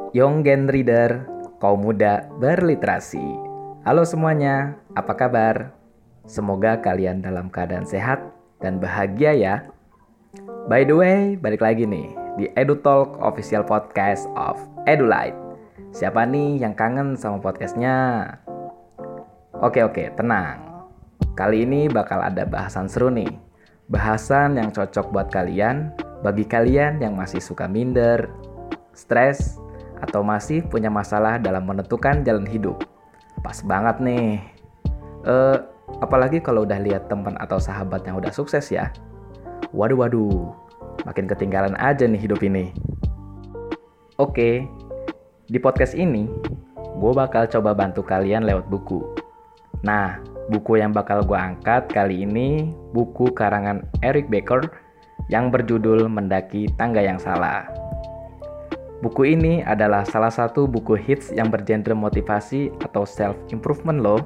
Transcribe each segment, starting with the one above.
Young Gen Reader, kaum muda berliterasi. Halo semuanya, apa kabar? Semoga kalian dalam keadaan sehat dan bahagia ya. By the way, balik lagi nih di EduTalk Official Podcast of EduLight. Siapa nih yang kangen sama podcastnya? Oke, tenang. Kali ini bakal ada bahasan seru nih. Bahasan yang cocok buat kalian, bagi kalian yang masih suka minder, stres, atau masih punya masalah dalam menentukan jalan hidup. Pas banget nih. Apalagi kalau udah lihat teman atau sahabat yang udah sukses ya. Waduh, makin ketinggalan aja nih hidup ini. Oke, di podcast ini, gue bakal coba bantu kalian lewat buku. Nah, buku yang bakal gue angkat kali ini, buku karangan Eric Becker yang berjudul Mendaki Tangga yang Salah. Buku ini adalah salah satu buku hits yang bergenre motivasi atau self-improvement loh.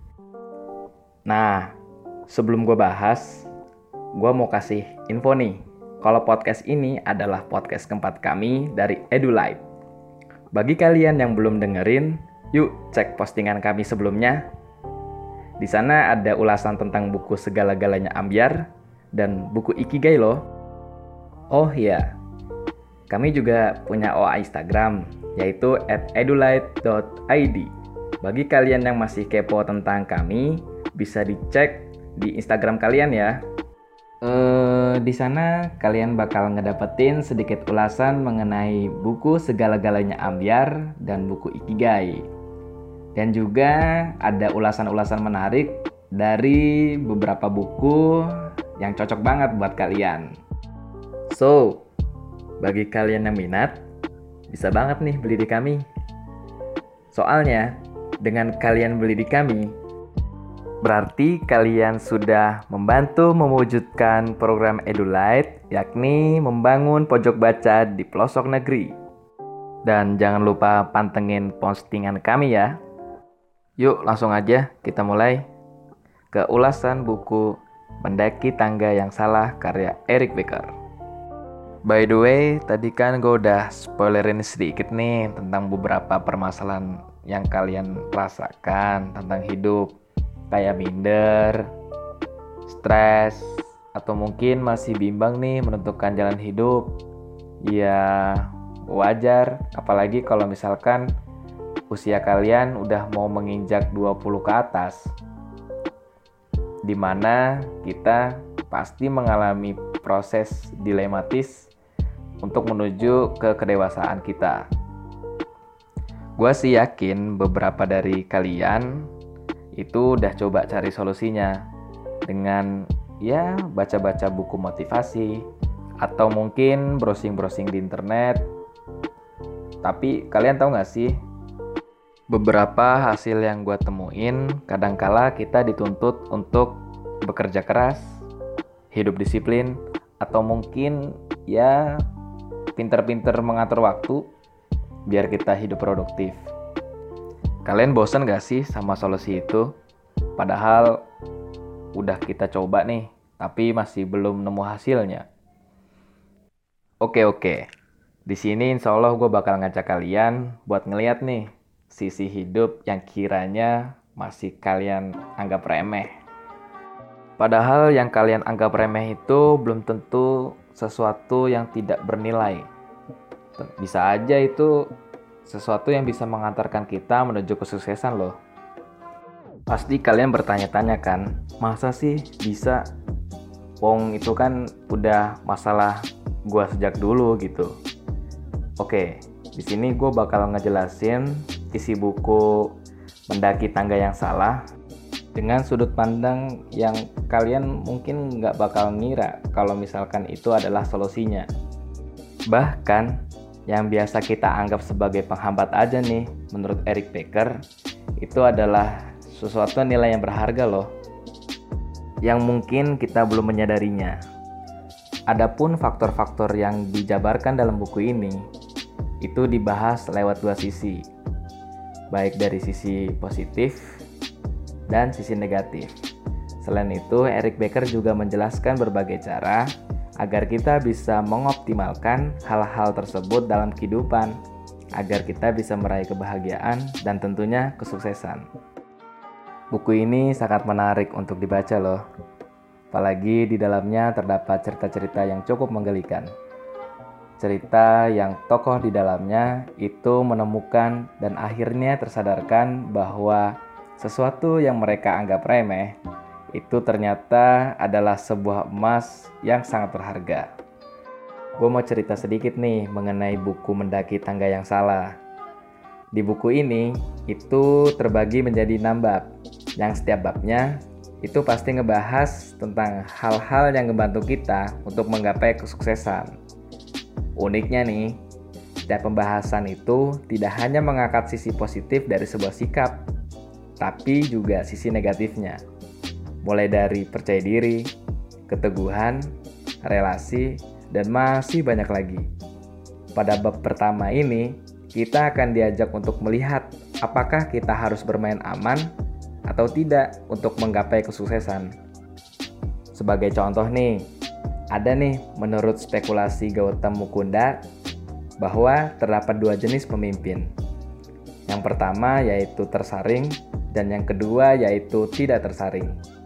Nah, sebelum gue bahas, gue mau kasih info nih. Kalau podcast ini adalah podcast keempat kami dari EduLight. Bagi kalian yang belum dengerin, yuk cek postingan kami sebelumnya. Di sana ada ulasan tentang buku Segala-galanya Ambyar dan buku Ikigai loh. Oh iya, kami juga punya OA Instagram, yaitu @edulight.id. Bagi kalian yang masih kepo tentang kami, bisa dicek di Instagram kalian ya. Di sana kalian bakal ngedapetin sedikit ulasan mengenai buku Segala-galanya Ambyar dan buku Ikigai. Dan juga ada ulasan-ulasan menarik dari beberapa buku yang cocok banget buat kalian. So, bagi kalian yang minat, bisa banget nih beli di kami. Soalnya, dengan kalian beli di kami, berarti kalian sudah membantu mewujudkan program EduLight, yakni membangun pojok baca di pelosok negeri. Dan jangan lupa pantengin postingan kami ya. Yuk langsung aja kita mulai ke ulasan buku Mendaki Tangga yang Salah karya Eric Becker. By the way, tadi kan gue udah spoilerin sedikit nih tentang beberapa permasalahan yang kalian rasakan tentang hidup. Kayak minder, stres, atau mungkin masih bimbang nih menentukan jalan hidup. Ya wajar, apalagi kalau misalkan usia kalian udah mau menginjak 20 ke atas. Dimana kita pasti mengalami proses dilematis untuk menuju ke kedewasaan kita. Gua sih yakin beberapa dari kalian itu udah coba cari solusinya dengan ya baca-baca buku motivasi atau mungkin browsing-browsing di internet. Tapi kalian tahu gak sih, beberapa hasil yang gue temuin, kadangkala kita dituntut untuk bekerja keras, hidup disiplin, atau mungkin ya pinter-pinter mengatur waktu biar kita hidup produktif. Kalian bosan gak sih sama solusi itu? Padahal udah kita coba nih, tapi masih belum nemu hasilnya. Oke. Di sini insya Allah gue bakal ngajak kalian buat ngeliat nih sisi hidup yang kiranya masih kalian anggap remeh. Padahal yang kalian anggap remeh itu belum tentu sesuatu yang tidak bernilai. Bisa aja itu sesuatu yang bisa mengantarkan kita menuju kesuksesan loh. Pasti kalian bertanya-tanya kan, masa sih bisa? Wong itu kan udah masalah gua sejak dulu gitu. Oke, di sini gue bakal ngejelasin isi buku Mendaki Tangga yang Salah dengan sudut pandang yang kalian mungkin nggak bakal ngira kalau misalkan itu adalah solusinya. Bahkan yang biasa kita anggap sebagai penghambat aja nih, menurut Eric Becker, itu adalah sesuatu nilai yang berharga loh, yang mungkin kita belum menyadarinya. Adapun faktor-faktor yang dijabarkan dalam buku ini, itu dibahas lewat dua sisi, baik dari sisi positif dan sisi negatif. Selain itu, Eric Becker juga menjelaskan berbagai cara agar kita bisa mengoptimalkan hal-hal tersebut dalam kehidupan. agar kita bisa meraih kebahagiaan dan tentunya kesuksesan. Buku ini sangat menarik untuk dibaca loh. Apalagi di dalamnya terdapat cerita-cerita yang cukup menggelikan. Cerita yang tokoh di dalamnya itu menemukan dan akhirnya tersadarkan bahwa sesuatu yang mereka anggap remeh itu ternyata adalah sebuah emas yang sangat berharga. Gue mau cerita sedikit nih mengenai buku Mendaki Tangga Yang Salah. Di buku ini itu terbagi menjadi 6 bab, yang setiap babnya itu pasti ngebahas tentang hal-hal yang membantu kita untuk menggapai kesuksesan. Uniknya nih, setiap pembahasan itu tidak hanya mengangkat sisi positif dari sebuah sikap, tapi juga sisi negatifnya. Mulai dari percaya diri, keteguhan, relasi, dan masih banyak lagi. Pada bab pertama ini, kita akan diajak untuk melihat apakah kita harus bermain aman atau tidak untuk menggapai kesuksesan. Sebagai contoh nih, ada nih menurut spekulasi Gautam Mukunda bahwa terdapat 2 jenis pemimpin. Yang pertama yaitu tersaring dan yang kedua yaitu tidak tersaring.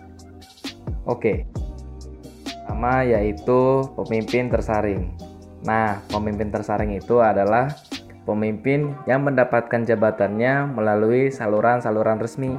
Oke. Pertama yaitu pemimpin tersaring. Nah, pemimpin tersaring itu adalah pemimpin yang mendapatkan jabatannya melalui saluran-saluran resmi.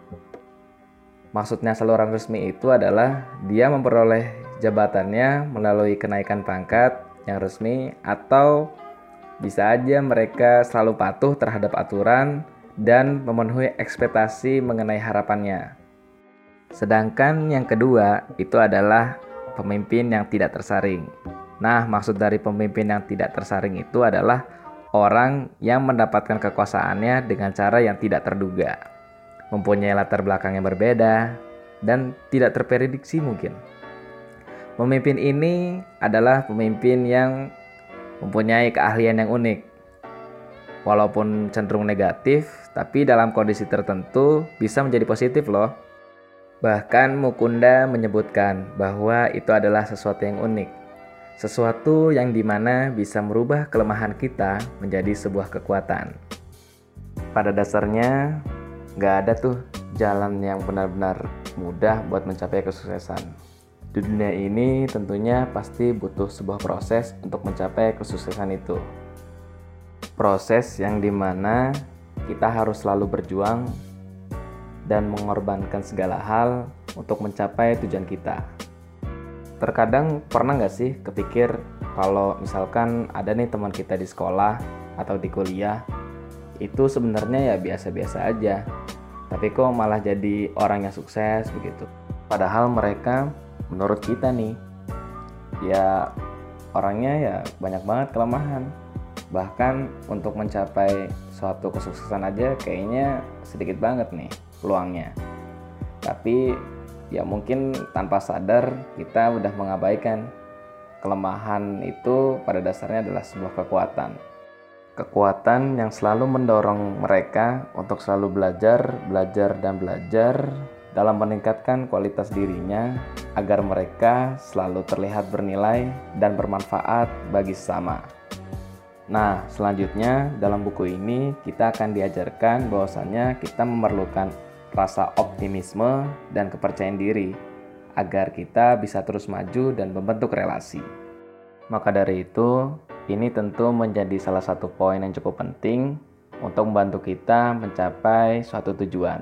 Maksudnya saluran resmi itu adalah dia memperoleh jabatannya melalui kenaikan pangkat yang resmi, atau bisa aja mereka selalu patuh terhadap aturan dan memenuhi ekspektasi mengenai harapannya. Sedangkan yang kedua itu adalah pemimpin yang tidak tersaring. Nah, maksud dari pemimpin yang tidak tersaring itu adalah orang yang mendapatkan kekuasaannya dengan cara yang tidak terduga, mempunyai latar belakang yang berbeda, dan tidak terprediksi mungkin. Pemimpin ini adalah pemimpin yang mempunyai keahlian yang unik. Walaupun cenderung negatif, tapi dalam kondisi tertentu bisa menjadi positif loh. Bahkan Mukunda menyebutkan bahwa itu adalah sesuatu yang unik. Sesuatu yang dimana bisa merubah kelemahan kita menjadi sebuah kekuatan. Pada dasarnya, gak ada tuh jalan yang benar-benar mudah buat mencapai kesuksesan. Di dunia ini tentunya pasti butuh sebuah proses untuk mencapai kesuksesan itu. Proses yang dimana kita harus selalu berjuang dan mengorbankan segala hal untuk mencapai tujuan kita. Terkadang pernah gak sih kepikir kalau misalkan ada nih teman kita di sekolah atau di kuliah, itu sebenarnya ya biasa-biasa aja, tapi kok malah jadi orang yang sukses begitu. Padahal mereka menurut kita nih, ya orangnya ya banyak banget kelemahan. Bahkan untuk mencapai suatu kesuksesan aja kayaknya sedikit banget nih peluangnya. Tapi ya mungkin tanpa sadar kita udah mengabaikan kelemahan itu pada dasarnya adalah sebuah kekuatan. Kekuatan yang selalu mendorong mereka untuk selalu belajar dalam meningkatkan kualitas dirinya agar mereka selalu terlihat bernilai dan bermanfaat bagi sesama. Nah, selanjutnya dalam buku ini kita akan diajarkan bahwasannya kita memerlukan rasa optimisme dan kepercayaan diri agar kita bisa terus maju dan membentuk relasi. Maka dari itu, ini tentu menjadi salah satu poin yang cukup penting untuk membantu kita mencapai suatu tujuan.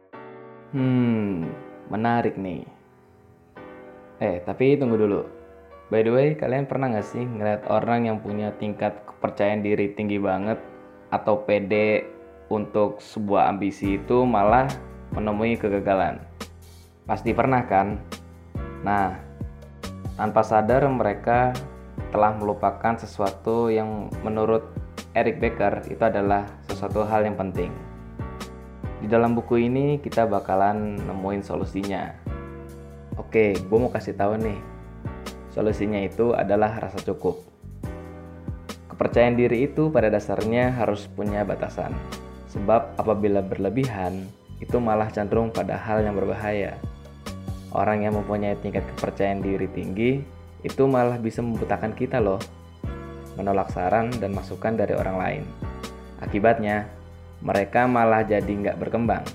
Menarik nih. Tapi tunggu dulu. By the way, kalian pernah gak sih ngeliat orang yang punya tingkat kepercayaan diri tinggi banget atau pede untuk sebuah ambisi itu malah menemui kegagalan? Pasti pernah kan? Nah, tanpa sadar mereka telah melupakan sesuatu yang menurut Eric Becker itu adalah sesuatu hal yang penting. Di dalam buku ini kita bakalan nemuin solusinya. Oke, gue mau kasih tahu nih. Solusinya itu adalah rasa cukup. Kepercayaan diri itu pada dasarnya harus punya batasan. Sebab apabila berlebihan, itu malah cenderung pada hal yang berbahaya. Orang yang mempunyai tingkat kepercayaan diri tinggi, itu malah bisa membutakan kita loh. Menolak saran dan masukan dari orang lain. Akibatnya, mereka malah jadi nggak berkembang.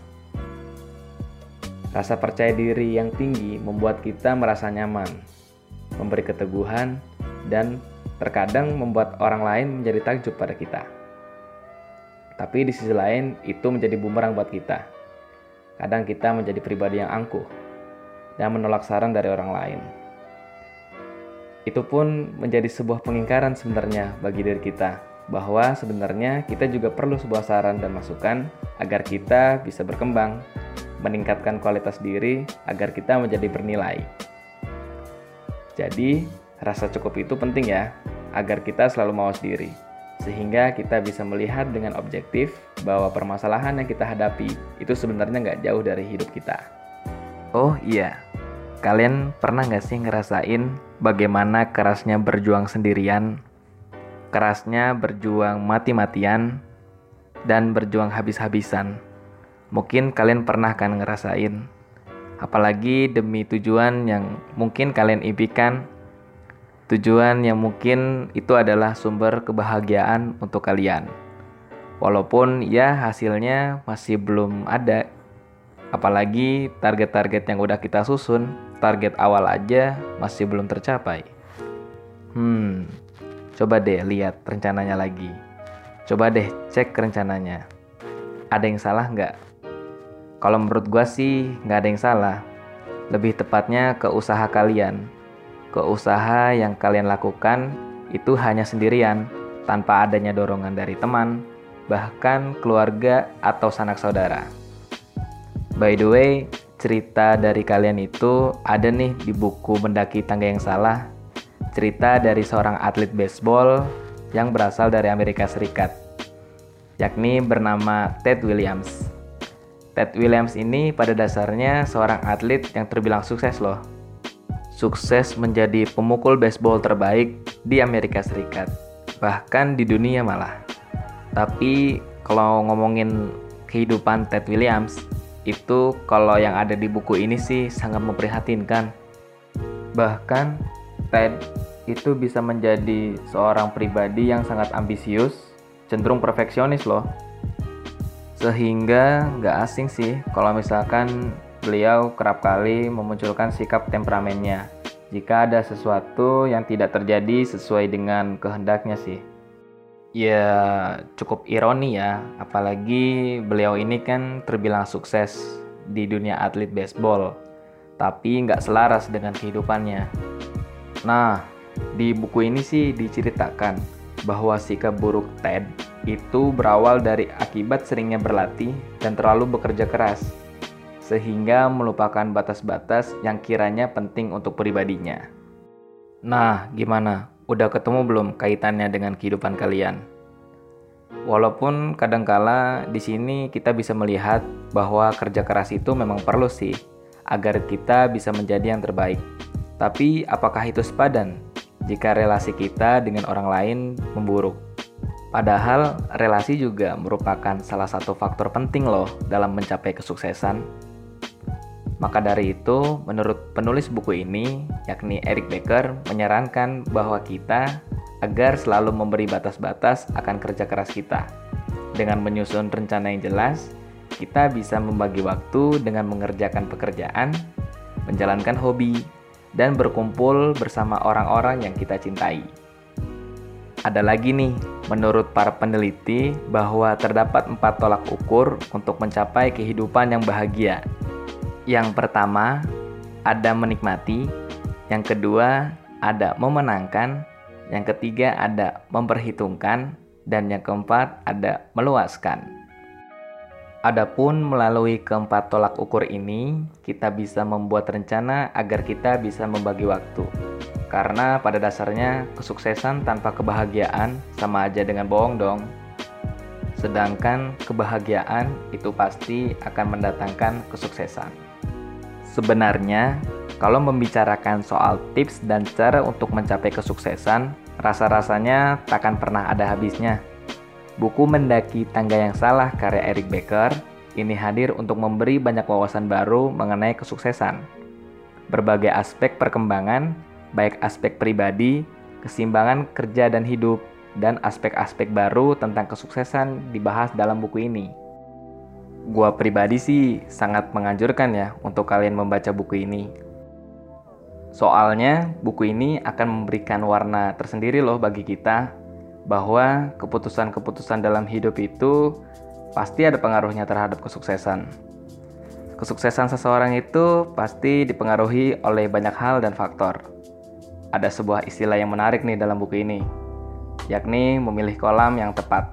Rasa percaya diri yang tinggi membuat kita merasa nyaman, memberi keteguhan, dan terkadang membuat orang lain menjadi takjub pada kita. Tapi di sisi lain, itu menjadi bumerang buat kita. Kadang kita menjadi pribadi yang angkuh dan menolak saran dari orang lain. Itu pun menjadi sebuah pengingkaran sebenarnya bagi diri kita, bahwa sebenarnya kita juga perlu sebuah saran dan masukan agar kita bisa berkembang, meningkatkan kualitas diri agar kita menjadi bernilai. Jadi, rasa cukup itu penting ya, agar kita selalu mawas diri, sehingga kita bisa melihat dengan objektif bahwa permasalahan yang kita hadapi itu sebenarnya nggak jauh dari hidup kita. Oh iya, kalian pernah nggak sih ngerasain bagaimana kerasnya berjuang sendirian, kerasnya berjuang mati-matian, dan berjuang habis-habisan? Mungkin kalian pernah kan ngerasain, apalagi demi tujuan yang mungkin kalian impikan, tujuan yang mungkin itu adalah sumber kebahagiaan untuk kalian. Walaupun ya hasilnya masih belum ada, apalagi target-target yang udah kita susun, target awal aja masih belum tercapai. Coba deh lihat rencananya lagi. Coba deh cek rencananya. Ada yang salah nggak? Kalau menurut gua sih nggak ada yang salah. Lebih tepatnya ke usaha kalian. Ke usaha yang kalian lakukan itu hanya sendirian, tanpa adanya dorongan dari teman, bahkan keluarga atau sanak saudara. By the way, cerita dari kalian itu ada nih di buku Mendaki Tangga yang Salah. Cerita dari seorang atlet baseball yang berasal dari Amerika Serikat, yakni bernama Ted Williams. Ted Williams ini pada dasarnya seorang atlet yang terbilang sukses loh. Sukses menjadi pemukul baseball terbaik di Amerika Serikat, bahkan di dunia malah. Tapi kalau ngomongin kehidupan Ted Williams, itu kalau yang ada di buku ini sih sangat memprihatinkan. Bahkan Ted itu bisa menjadi seorang pribadi yang sangat ambisius, cenderung perfeksionis loh. Sehingga nggak asing sih kalau misalkan beliau kerap kali memunculkan sikap temperamennya jika ada sesuatu yang tidak terjadi sesuai dengan kehendaknya sih. Ya cukup ironi ya, apalagi beliau ini kan terbilang sukses di dunia atlet baseball, tapi nggak selaras dengan kehidupannya. Nah, di buku ini sih diceritakan bahwa sikap buruk Ted itu berawal dari akibat seringnya berlatih dan terlalu bekerja keras, sehingga melupakan batas-batas yang kiranya penting untuk pribadinya. Nah, gimana? Udah ketemu belum kaitannya dengan kehidupan kalian? Walaupun kadangkala di sini kita bisa melihat bahwa kerja keras itu memang perlu sih, agar kita bisa menjadi yang terbaik. Tapi apakah itu sepadan jika relasi kita dengan orang lain memburuk? Padahal relasi juga merupakan salah satu faktor penting loh dalam mencapai kesuksesan. Maka dari itu, menurut penulis buku ini, yakni Eric Becker, menyarankan bahwa kita agar selalu memberi batas-batas akan kerja keras kita. Dengan menyusun rencana yang jelas, kita bisa membagi waktu dengan mengerjakan pekerjaan, menjalankan hobi, dan berkumpul bersama orang-orang yang kita cintai. Ada lagi nih, menurut para peneliti bahwa terdapat 4 tolak ukur untuk mencapai kehidupan yang bahagia. Yang pertama, ada menikmati. Yang kedua, ada memenangkan. Yang ketiga, ada memperhitungkan. Dan yang keempat, ada meluaskan. Adapun melalui keempat tolak ukur ini, kita bisa membuat rencana agar kita bisa membagi waktu. Karena pada dasarnya kesuksesan tanpa kebahagiaan sama aja dengan bohong dong. Sedangkan kebahagiaan itu pasti akan mendatangkan kesuksesan. Sebenarnya, kalau membicarakan soal tips dan cara untuk mencapai kesuksesan, rasa-rasanya takkan pernah ada habisnya. Buku Mendaki Tangga yang Salah karya Eric Becker ini hadir untuk memberi banyak wawasan baru mengenai kesuksesan. Berbagai aspek perkembangan, baik aspek pribadi, keseimbangan kerja dan hidup, dan aspek-aspek baru tentang kesuksesan dibahas dalam buku ini. Gua pribadi sih sangat menganjurkan ya untuk kalian membaca buku ini. Soalnya buku ini akan memberikan warna tersendiri loh bagi kita, bahwa keputusan-keputusan dalam hidup itu pasti ada pengaruhnya terhadap kesuksesan. Kesuksesan seseorang itu pasti dipengaruhi oleh banyak hal dan faktor. Ada sebuah istilah yang menarik nih dalam buku ini, yakni memilih kolam yang tepat.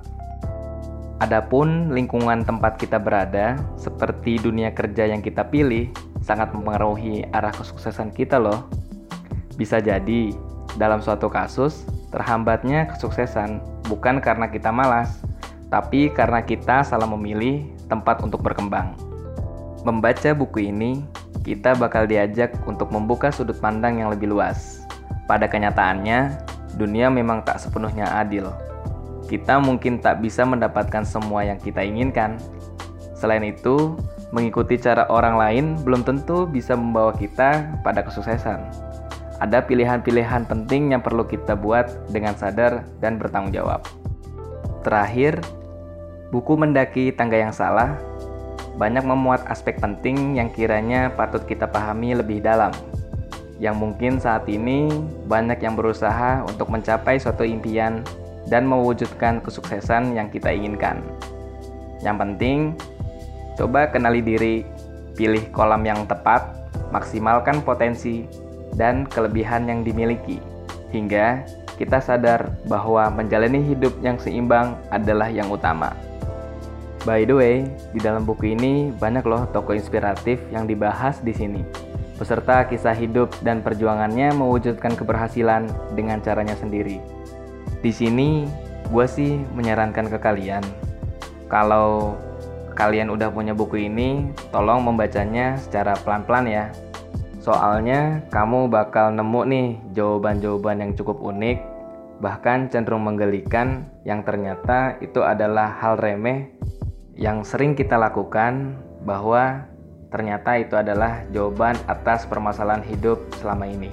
Adapun lingkungan tempat kita berada, seperti dunia kerja yang kita pilih, sangat mempengaruhi arah kesuksesan kita loh. Bisa jadi, dalam suatu kasus, terhambatnya kesuksesan bukan karena kita malas, tapi karena kita salah memilih tempat untuk berkembang. Membaca buku ini, kita bakal diajak untuk membuka sudut pandang yang lebih luas. Pada kenyataannya, dunia memang tak sepenuhnya adil. Kita mungkin tak bisa mendapatkan semua yang kita inginkan. Selain itu, mengikuti cara orang lain belum tentu bisa membawa kita pada kesuksesan. Ada pilihan-pilihan penting yang perlu kita buat dengan sadar dan bertanggung jawab. Terakhir, buku Mendaki Tangga yang Salah banyak memuat aspek penting yang kiranya patut kita pahami lebih dalam. Yang mungkin saat ini banyak yang berusaha untuk mencapai suatu impian dan mewujudkan kesuksesan yang kita inginkan. Yang penting, coba kenali diri, pilih kolam yang tepat, maksimalkan potensi dan kelebihan yang dimiliki, hingga kita sadar bahwa menjalani hidup yang seimbang adalah yang utama. By the way, di dalam buku ini banyak loh tokoh inspiratif yang dibahas di sini, beserta kisah hidup dan perjuangannya mewujudkan keberhasilan dengan caranya sendiri. Di sini, gue sih menyarankan ke kalian, kalau kalian udah punya buku ini, tolong membacanya secara pelan-pelan ya. Soalnya kamu bakal nemu nih jawaban-jawaban yang cukup unik, bahkan cenderung menggelikan, yang ternyata itu adalah hal remeh yang sering kita lakukan, bahwa ternyata itu adalah jawaban atas permasalahan hidup selama ini.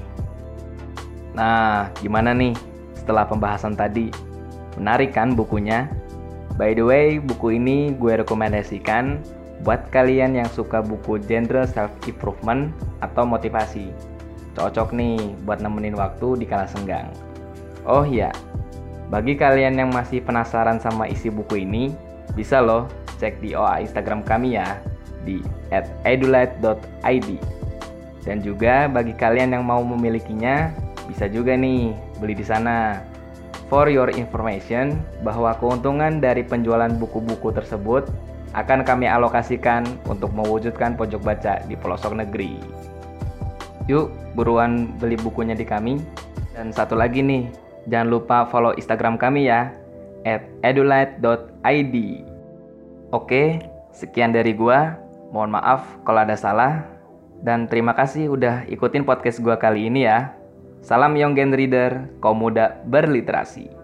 Nah, gimana nih setelah pembahasan tadi? Menarik kan bukunya? By the way, buku ini gue rekomendasikan buat kalian yang suka buku genre self-improvement atau motivasi. Cocok nih buat nemenin waktu di kala senggang. Oh iya, bagi kalian yang masih penasaran sama isi buku ini, bisa loh cek di OA Instagram kami ya, di @edulite.id. Dan juga bagi kalian yang mau memilikinya, bisa juga nih beli di sana. For your information, bahwa keuntungan dari penjualan buku-buku tersebut akan kami alokasikan untuk mewujudkan pojok baca di pelosok negeri. Yuk, buruan beli bukunya di kami. Dan satu lagi nih, jangan lupa follow Instagram kami ya, @edulite.id. Oke, sekian dari gua. Mohon maaf kalau ada salah, dan terima kasih udah ikutin podcast gua kali ini ya. Salam Young Gen Reader, kaum muda berliterasi.